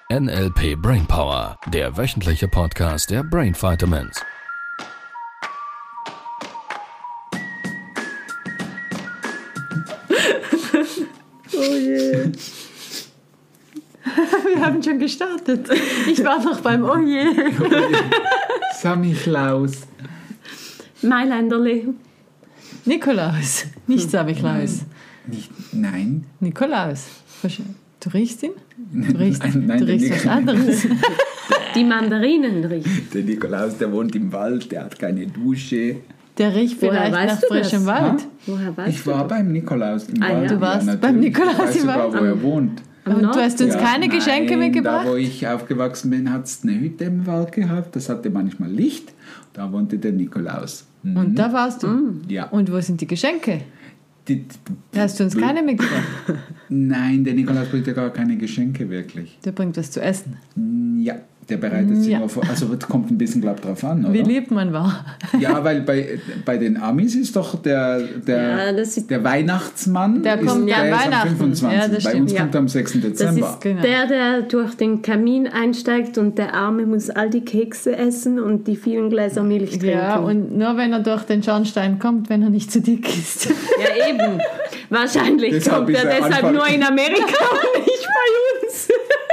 NLP Brainpower, der wöchentliche Podcast der Brain Vitamins. Oh je. Wir haben schon gestartet. Ich war noch beim Oh je. Samichlaus. Mailänderle. Nikolaus. Nicht Samichlaus. Nein. Nikolaus. Du riechst ihn? Du riechst, Nein, du riechst was anderes. Die Mandarinen riechen. Der Nikolaus, der wohnt im Wald, der hat keine Dusche. Der riecht Woher vielleicht nach weißt du frischem das? Wald. Woher weißt Ich war beim Nikolaus im Wald. Du warst natürlich. beim Nikolaus ich weiß im sogar, Wald? wo er wohnt. Und du hast uns keine Geschenke Nein, mitgebracht? Da, wo ich aufgewachsen bin, hat es eine Hütte im Wald gehabt. Das hatte manchmal Licht. Da wohnte der Nikolaus. Und da warst du? Ja. Und wo sind die Geschenke? Die, Hast du uns keine mitgebracht? Nein, der Nikolaus bringt ja gar keine Geschenke wirklich. Der bringt was zu essen. Ja, der bereitet sich Ja. nur vor. Also das kommt ein bisschen, glaube ich, drauf an, oder? Wie lieb man war. Ja, weil bei den Amis ist doch der Weihnachtsmann, Der kommt der an ist am Weihnachten. 25. Ja, das bei stimmt. uns kommt er am 6. Das Dezember. ist Genau. der durch den Kamin einsteigt und der Arme muss all die Kekse essen und die vielen Gläser Milch trinken. Ja, und nur wenn er durch den Schornstein kommt, wenn er nicht zu dick ist. Ja, eben. Wahrscheinlich Deshalb kommt ist er er deshalb Anfang- nur in Amerika und nicht bei uns.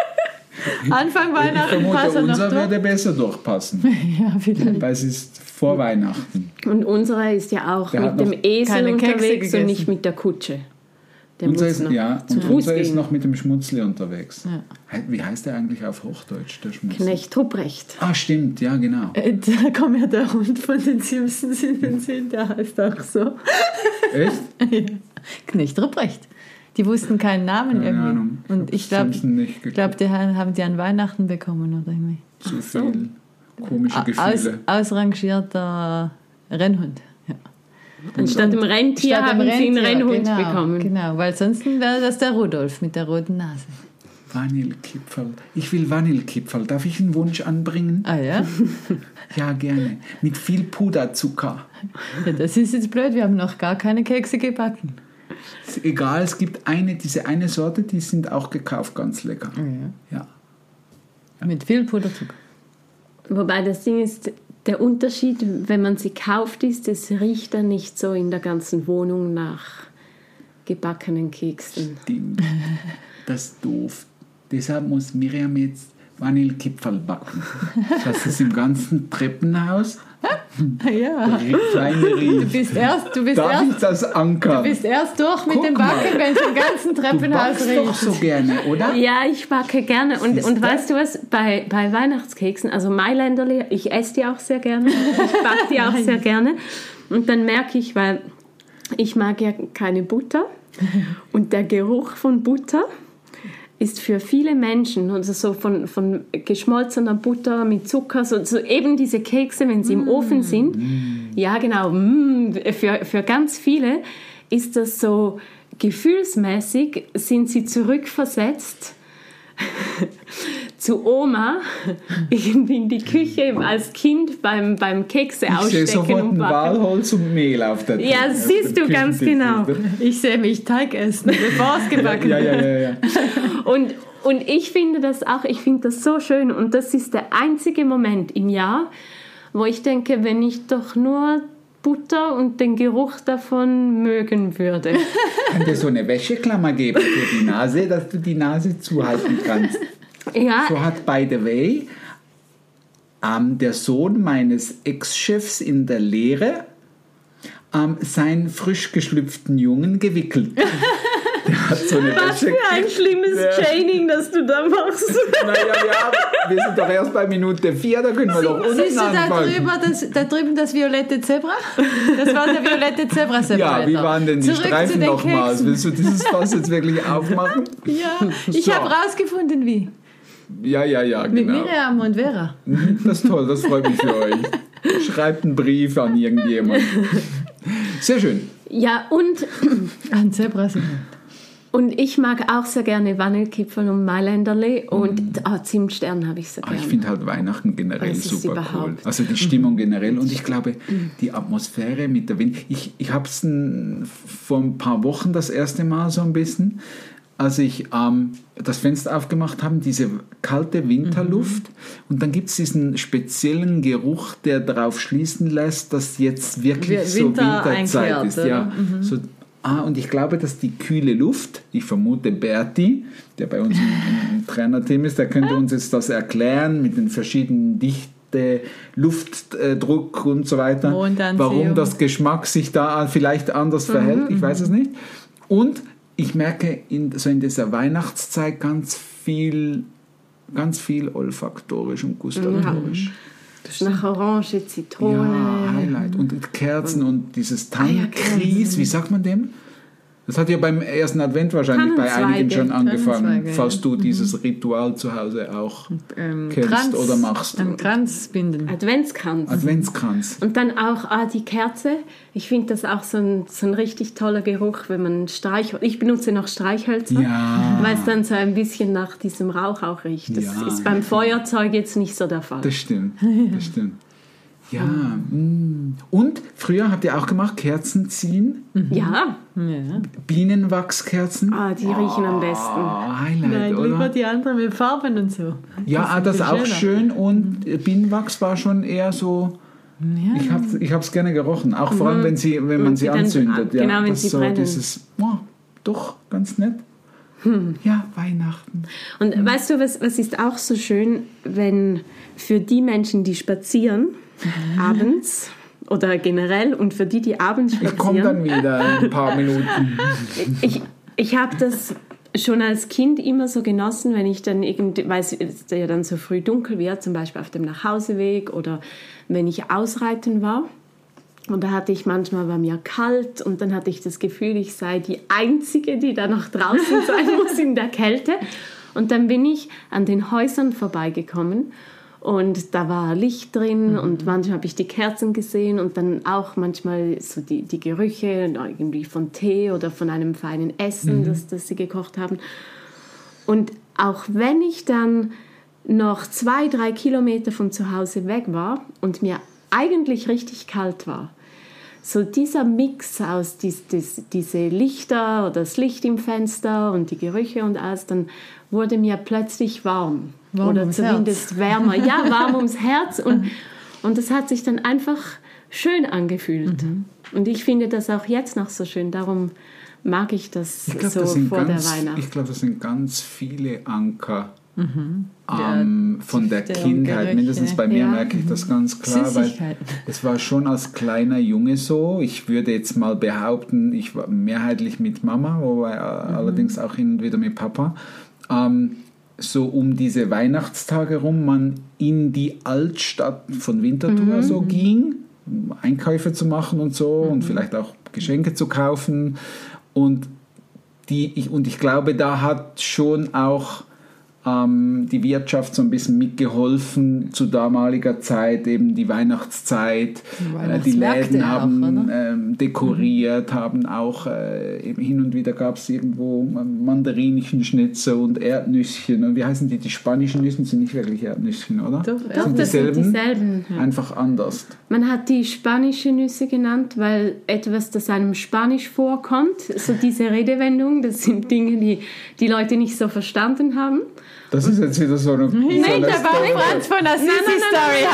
Anfang Ich Weihnachten passt er vermute, noch unser durch. würde besser durchpassen, Ja, vielleicht. weil es ist vor Weihnachten. Und unserer ist ja auch Der hat mit noch dem Esel keine Kekse unterwegs gegessen. und nicht mit der Kutsche. Der Unser muss ist, noch ja, zu und Fuß unser ist gehen. noch mit dem Schmutzli unterwegs. Ja. Wie heißt der eigentlich auf Hochdeutsch, der Schmutzli? Knecht Ruprecht. Ah, stimmt, ja, genau. Da kommt ja der Hund von den Simpsons in den Sinn, der heißt auch so. Echt? Ja. Knecht Ruprecht. Die wussten keinen Namen Keine irgendwie. Ahnung. Und ich glaube, Simpson nicht geguckt. die haben die an Weihnachten bekommen oder irgendwie. Zu viel komische Gefühle. Ausrangierter Rennhund. Ja. Anstatt dem Rentier Statt dem haben sie einen Rentier, Rennhund genau, bekommen. Genau, weil sonst wäre das der Rudolf mit der roten Nase. Vanillekipferl. Ich will Vanillekipferl. Darf ich einen Wunsch anbringen? Ah ja? Ja, gerne. Mit viel Puderzucker. Ja, das ist jetzt blöd, wir haben noch gar keine Kekse gebacken. Ist egal, es gibt diese eine Sorte, die sind auch gekauft, ganz lecker. Ja. Mit viel Puderzucker. Wobei das Ding ist, der Unterschied, wenn man sie kauft, ist, es riecht dann nicht so in der ganzen Wohnung nach gebackenen Keksen. Stimmt. Das ist doof. Deshalb muss Miriam jetzt Vanillekipferl backen. Das ist im ganzen Treppenhaus. Ja. Feine Du riecht. bist erst Darf ich das ankern? Du bist erst durch mit Guck dem Backen, mal. wenn es im ganzen Du Treppenhaus backst doch riecht. so gerne, oder? Ja, ich backe gerne. Und Siehste? weißt du was, bei Weihnachtskeksen, also Mailänderle, ich esse die auch sehr gerne. Ich backe die auch sehr gerne. Und dann merke ich, weil ich mag ja keine Butter. Und der Geruch von Butter ist für viele Menschen, also so von geschmolzener Butter mit Zucker, so eben diese Kekse, wenn sie im Ofen sind, ja genau, für ganz viele ist das so gefühlsmäßig, sind sie zurückversetzt zu Oma irgendwie in die Küche als Kind beim Kekse Ich sehe ausstecken sofort ein und backen. Walholz und Mehl auf der Ja, auf siehst der du ganz Küchentisch. genau. Ich sehe mich Teig essen, bevor es gebacken Ja. wird. Und ich finde das auch, ich finde das so schön und das ist der einzige Moment im Jahr, wo ich denke, wenn ich doch nur Butter und den Geruch davon mögen würde. Kann dir so eine Wäscheklammer geben für die Nase, dass du die Nase zuhalten kannst. Ja, So hat, by the way, der Sohn meines Ex-Chefs in der Lehre seinen frisch geschlüpften Jungen gewickelt. Der hat so eine was für ein schlimmes Chaining, das du da machst. Naja, wir sind doch erst bei Minute 4, da können wir doch unten Siehst du anfangen. da drüben das violette Zebra? Das war der violette Zebra-Separator. Ja, wie waren denn die Zurück zu Streifen den nochmals? Keksen. Willst du dieses Fass jetzt wirklich aufmachen? Ja, ich So. habe rausgefunden, wie. Ja, Mit genau. Miriam und Vera. Das ist toll, das freut mich für euch. Schreibt einen Brief an irgendjemanden. Sehr schön. Ja, und Ein Zebra sind. Und ich mag auch sehr gerne Vanillekipferl und Mailänderle und Zimtstern habe ich so gerne. Ich finde halt Weihnachten generell Das ist super cool. überhaupt. Also die Stimmung generell und ich glaube, die Atmosphäre mit der Wind. Ich habe es vor ein paar Wochen das erste Mal so ein bisschen als ich das Fenster aufgemacht habe, diese kalte Winterluft. Und dann gibt es diesen speziellen Geruch, der darauf schließen lässt, dass jetzt wirklich so Winterzeit ist. Ja. So, und ich glaube, dass die kühle Luft, ich vermute Berti, der bei uns im Trainerteam ist, der könnte uns jetzt das erklären mit den verschiedenen Dichte, Luftdruck und so weiter, warum das Geschmack sich da vielleicht anders verhält, ich weiß es nicht. Und ich merke in dieser Weihnachtszeit ganz viel olfaktorisch und gustatorisch. Nach Orange, Zitrone. Ja, Highlight. Und Kerzen und dieses Tannkries, wie sagt man dem? Das hat ja beim ersten Advent wahrscheinlich bei einigen schon angefangen, falls du dieses Ritual zu Hause auch kennst oder machst. Einen Kranz binden. Adventskranz. Und dann auch die Kerze. Ich finde das auch so ein richtig toller Geruch, wenn man ich benutze noch Streichhölzer, weil es dann so ein bisschen nach diesem Rauch auch riecht. Das ist beim Feuerzeug jetzt nicht so der Fall. Das stimmt. Ja. Und früher habt ihr auch gemacht, Kerzen ziehen? Ja. Bienenwachskerzen? Die riechen am besten. Highlight, Nein, oder? lieber die anderen mit Farben und so. Ja, das ist auch schön. Und Bienenwachs war schon eher so... Ja. Ich hab's gerne gerochen. Auch vor allem, wenn man sie anzündet. Genau, wenn sie so brennen. Dieses, doch, ganz nett. Ja, Weihnachten. Und weißt du, was ist auch so schön, wenn für die Menschen, die spazieren, abends oder generell und für die abends spazieren. Ich komme dann wieder in ein paar Minuten. Ich habe das schon als Kind immer so genossen, wenn ich dann irgendwie, weil es ja dann so früh dunkel wird, zum Beispiel auf dem Nachhauseweg oder wenn ich ausreiten war. Und da hatte ich manchmal, war mir kalt und dann hatte ich das Gefühl, ich sei die Einzige, die da noch draußen sein muss in der Kälte. Und dann bin ich an den Häusern vorbeigekommen. Und da war Licht drin und manchmal habe ich die Kerzen gesehen und dann auch manchmal so die Gerüche irgendwie von Tee oder von einem feinen Essen, das sie gekocht haben. Und auch wenn ich dann noch 2-3 Kilometer von zu Hause weg war und mir eigentlich richtig kalt war, so dieser Mix aus diese Lichter oder das Licht im Fenster und die Gerüche und alles, dann wurde mir plötzlich warm oder zumindest wärmer. Ja, warm ums Herz und das hat sich dann einfach schön angefühlt. Und ich finde das auch jetzt noch so schön, darum mag ich das vor der Weihnacht. Ich glaube, das sind ganz viele Anker von der Kindheit. Mindestens bei mir merke ich das ganz klar, weil es war schon als kleiner Junge so. Ich würde jetzt mal behaupten, ich war mehrheitlich mit Mama, wobei allerdings auch hin und wieder mit Papa. So um diese Weihnachtstage rum man in die Altstadt von Winterthur so ging, um Einkäufe zu machen und so und vielleicht auch Geschenke zu kaufen. Und ich glaube, da hat schon auch die Wirtschaft so ein bisschen mitgeholfen zu damaliger Zeit, eben die Weihnachtszeit. Die Läden haben dekoriert, haben auch eben hin und wieder gab es irgendwo mandarinischen Schnitzel und Erdnüsschen. Und wie heißen die? Die spanischen Nüsse sind nicht wirklich Erdnüsschen, oder? Doch, das sind dieselben. Einfach anders. Man hat die spanische Nüsse genannt, weil etwas, das einem Spanisch vorkommt, so diese Redewendung, das sind Dinge, die die Leute nicht so verstanden haben. Das ist jetzt wieder so eine... Nein, da war Franz von der Sissi-Story.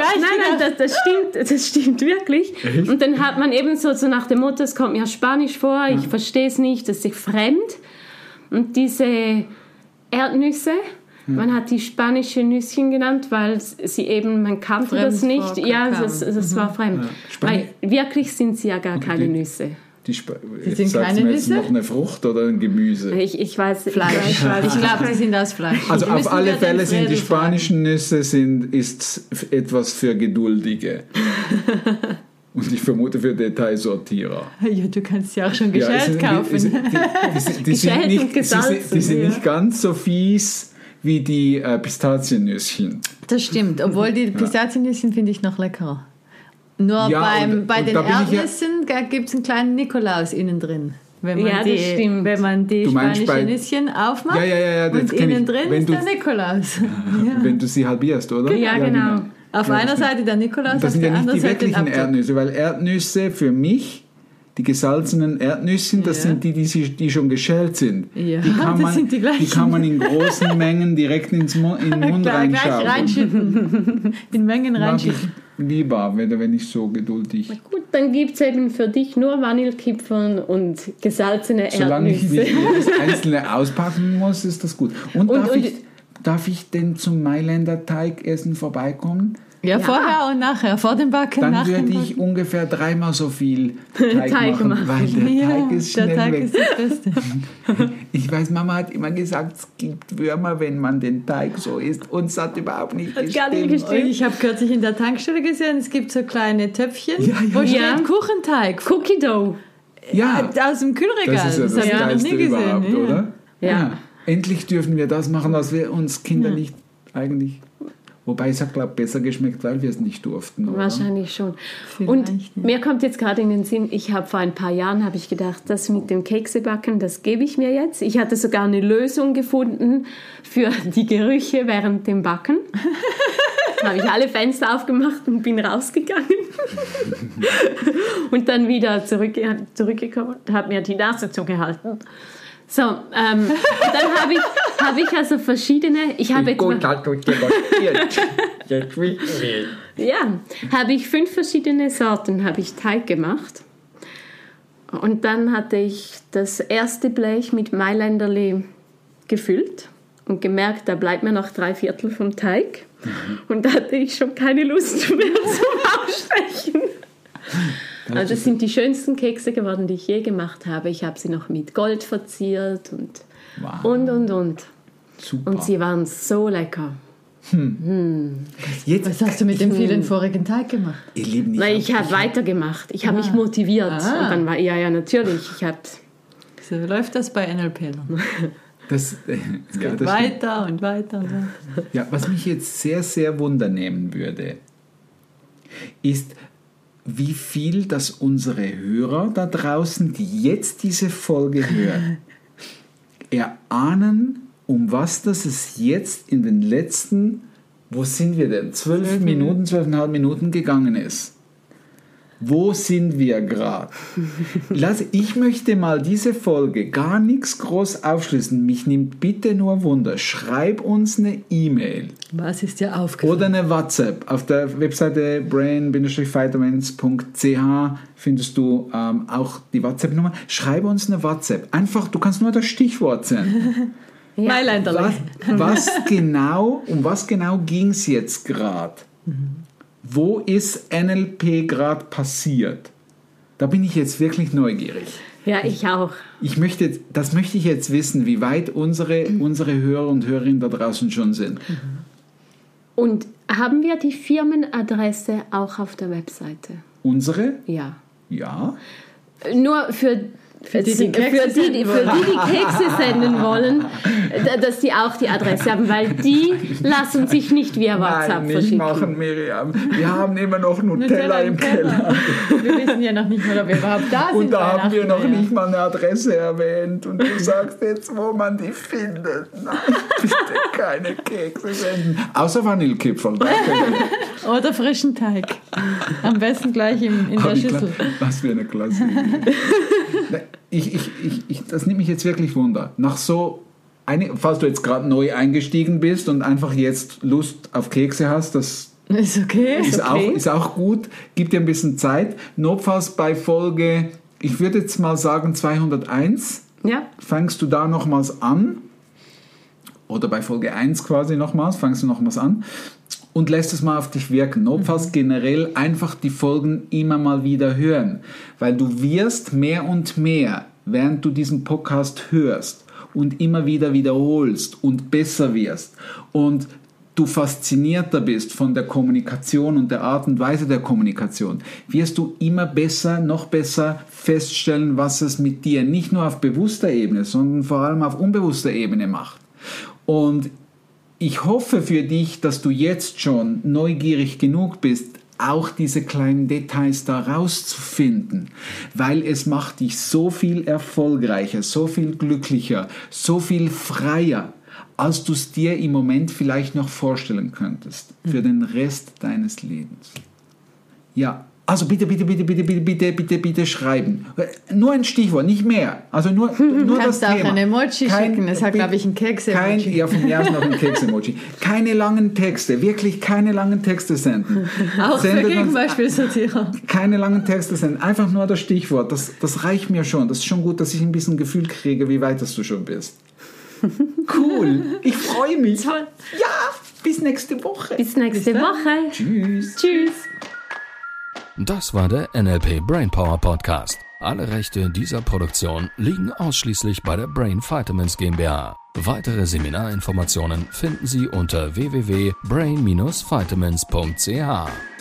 Nein, das stimmt wirklich. Echt? Und dann hat man eben so nach dem Motto, es kommt mir Spanisch vor, ich verstehe es nicht, das ist fremd. Und diese Erdnüsse, man hat die spanische Nüsschen genannt, weil sie eben, man kannte das nicht. Ja, das war fremd. Ja. Weil wirklich sind sie ja gar keine Nüsse. Die sind keine Nüsse? Noch eine Frucht oder ein Gemüse? Ich weiß Fleisch. Ich glaube, sie sind aus Fleisch. Also auf alle Fälle sind die spanischen Nüsse ist etwas für Geduldige. Und ich vermute für Detailsortierer. Ja, du kannst ja auch schon geschält kaufen. Die sind nicht ganz so fies wie die Pistaziennüsschen. Das stimmt, obwohl die Pistaziennüsschen finde ich noch leckerer. Nur bei den Erdnüssen gibt es einen kleinen Nikolaus innen drin. Wenn man die spanischen Nüsschen aufmacht und innen drin ist der Nikolaus. Ja. Wenn du sie halbierst, oder? Ja, genau. Auf einer Seite der Nikolaus, das sind ja nicht die wirklichen Erdnüsse, weil Erdnüsse für mich Die gesalzenen Erdnüsse, das sind die schon geschält sind. Ja, die kann man, sind die gleichen. Die kann man in großen Mengen direkt in den Mund reinschauen. Reinschütten. In Mengen reinschütten. Lieber, wenn ich so geduldig. Na gut, dann gibt es eben für dich nur Vanillekipferl und gesalzene Erdnüsse. Solange ich nicht jedes einzelne auspacken muss, ist das gut. Und darf ich denn zum Mailänder Teigessen vorbeikommen? Ja, vorher und nachher, vor dem Backen, dann würde ich ungefähr 3-mal so viel Teig machen, weil der Teig ist schnell der Teig weg. ist das Beste. Ich weiß, Mama hat immer gesagt, es gibt Würmer, wenn man den Teig so isst. Und es hat überhaupt nicht gestimmt. Und ich habe kürzlich in der Tankstelle gesehen, es gibt so kleine Töpfchen, wo steht Kuchenteig. Cookie Dough. Ja, aus dem Kühlregal. Das ist ja das habe ich noch nie gesehen. Oder? Ja. Endlich dürfen wir das machen, was wir uns Kinder nicht eigentlich... Wobei es hat, glaube ich, besser geschmeckt, weil wir es nicht durften. Oder? Wahrscheinlich schon. Vielleicht, und mir kommt jetzt gerade in den Sinn, ich habe vor ein paar Jahren gedacht, das mit dem Keksebacken, das gebe ich mir jetzt. Ich hatte sogar eine Lösung gefunden für die Gerüche während dem Backen. Da habe ich alle Fenster aufgemacht und bin rausgegangen. Und dann wieder zurückgekommen und habe mir die Nase zugehalten. So, dann habe ich also verschiedene... habe ich 5 verschiedene Sorten Teig gemacht. Und dann hatte ich das erste Blech mit Mailänderli gefüllt und gemerkt, da bleibt mir noch 3/4 vom Teig. Und da hatte ich schon keine Lust mehr zum Ausstechen. Also das sind die schönsten Kekse geworden, die ich je gemacht habe. Ich habe sie noch mit Gold verziert und. Super. Und sie waren so lecker. Jetzt, was hast du mit dem vielen vorigen Teig gemacht? Ihr Lieben, ich habe weitergemacht. Ich habe mich motiviert. Und dann war natürlich. So läuft das bei NLP-Lern. Es geht weiter und weiter. Ja, was mich jetzt sehr, sehr wundernehmen würde, ist, wie viel das unsere Hörer da draußen, die jetzt diese Folge hören, erahnen, um was das es jetzt in den letzten, wo sind wir denn, 12 Minuten, 12,5 Minuten gegangen ist. Wo sind wir gerade? Ich möchte mal diese Folge gar nichts groß aufschließen. Mich nimmt bitte nur Wunder. Schreib uns eine E-Mail. Was ist dir aufgefallen? Oder eine WhatsApp. Auf der Webseite brain-vitamins.ch findest du auch die WhatsApp-Nummer. Schreib uns eine WhatsApp. Einfach, du kannst nur das Stichwort senden. Um was genau ging es jetzt gerade? Wo ist NLP gerade passiert? Da bin ich jetzt wirklich neugierig. Ja, ich auch. Das möchte ich jetzt wissen, wie weit unsere Hörer und Hörerinnen da draußen schon sind. Und haben wir die Firmenadresse auch auf der Webseite? Unsere? Ja. Ja. Für die Kekse senden wollen, dass die auch die Adresse haben, weil die lassen sich nicht via WhatsApp verschicken. Nein, nicht machen, Miriam. Wir haben immer noch Nutella im Keller. Wir wissen ja noch nicht mal, ob wir überhaupt da sind. Und da haben wir noch nicht mal eine Adresse erwähnt. Und du sagst jetzt, wo man die findet. Nein, bitte keine Kekse senden. Außer Vanillekipferl. Oder frischen Teig. Am besten gleich in der Schüssel. Was für eine Klasse. Das nimmt mich jetzt wirklich Wunder. Falls du jetzt gerade neu eingestiegen bist und einfach jetzt Lust auf Kekse hast, das ist okay. Ist auch gut. Gib dir ein bisschen Zeit. Notfalls bei Folge, ich würde jetzt mal sagen 201, fängst du da nochmals an. Oder bei Folge 1 quasi nochmals, fängst du nochmals an. Und lässt es mal auf dich wirken. Notfalls generell einfach die Folgen immer mal wieder hören. Weil du wirst mehr und mehr, während du diesen Podcast hörst und immer wieder wiederholst und besser wirst und du faszinierter bist von der Kommunikation und der Art und Weise der Kommunikation, wirst du immer besser, noch besser feststellen, was es mit dir nicht nur auf bewusster Ebene, sondern vor allem auf unbewusster Ebene macht. Und ich hoffe für dich, dass du jetzt schon neugierig genug bist, auch diese kleinen Details da rauszufinden, weil es macht dich so viel erfolgreicher, so viel glücklicher, so viel freier, als du es dir im Moment vielleicht noch vorstellen könntest, für den Rest deines Lebens. Ja, Also bitte schreiben. Nur ein Stichwort, nicht mehr. Also nur das Thema. Kannst du auch ein Emoji schicken. Es hat, glaube ich, ein Keks-Emoji. Ja, von mir aus noch ein Keks-Emoji. Keine langen Texte, wirklich keine langen Texte senden. Auch für Gegenbeispielsortierer. Keine langen Texte senden, einfach nur das Stichwort. Das reicht mir schon. Das ist schon gut, dass ich ein bisschen Gefühl kriege, wie weit du schon bist. Cool, ich freue mich. Toll. Ja, bis nächste Woche. Bis nächste Woche. Tschüss. Tschüss. Das war der NLP Brainpower Podcast. Alle Rechte dieser Produktion liegen ausschließlich bei der Brain Vitamins GmbH. Weitere Seminarinformationen finden Sie unter www.brain-vitamins.ch.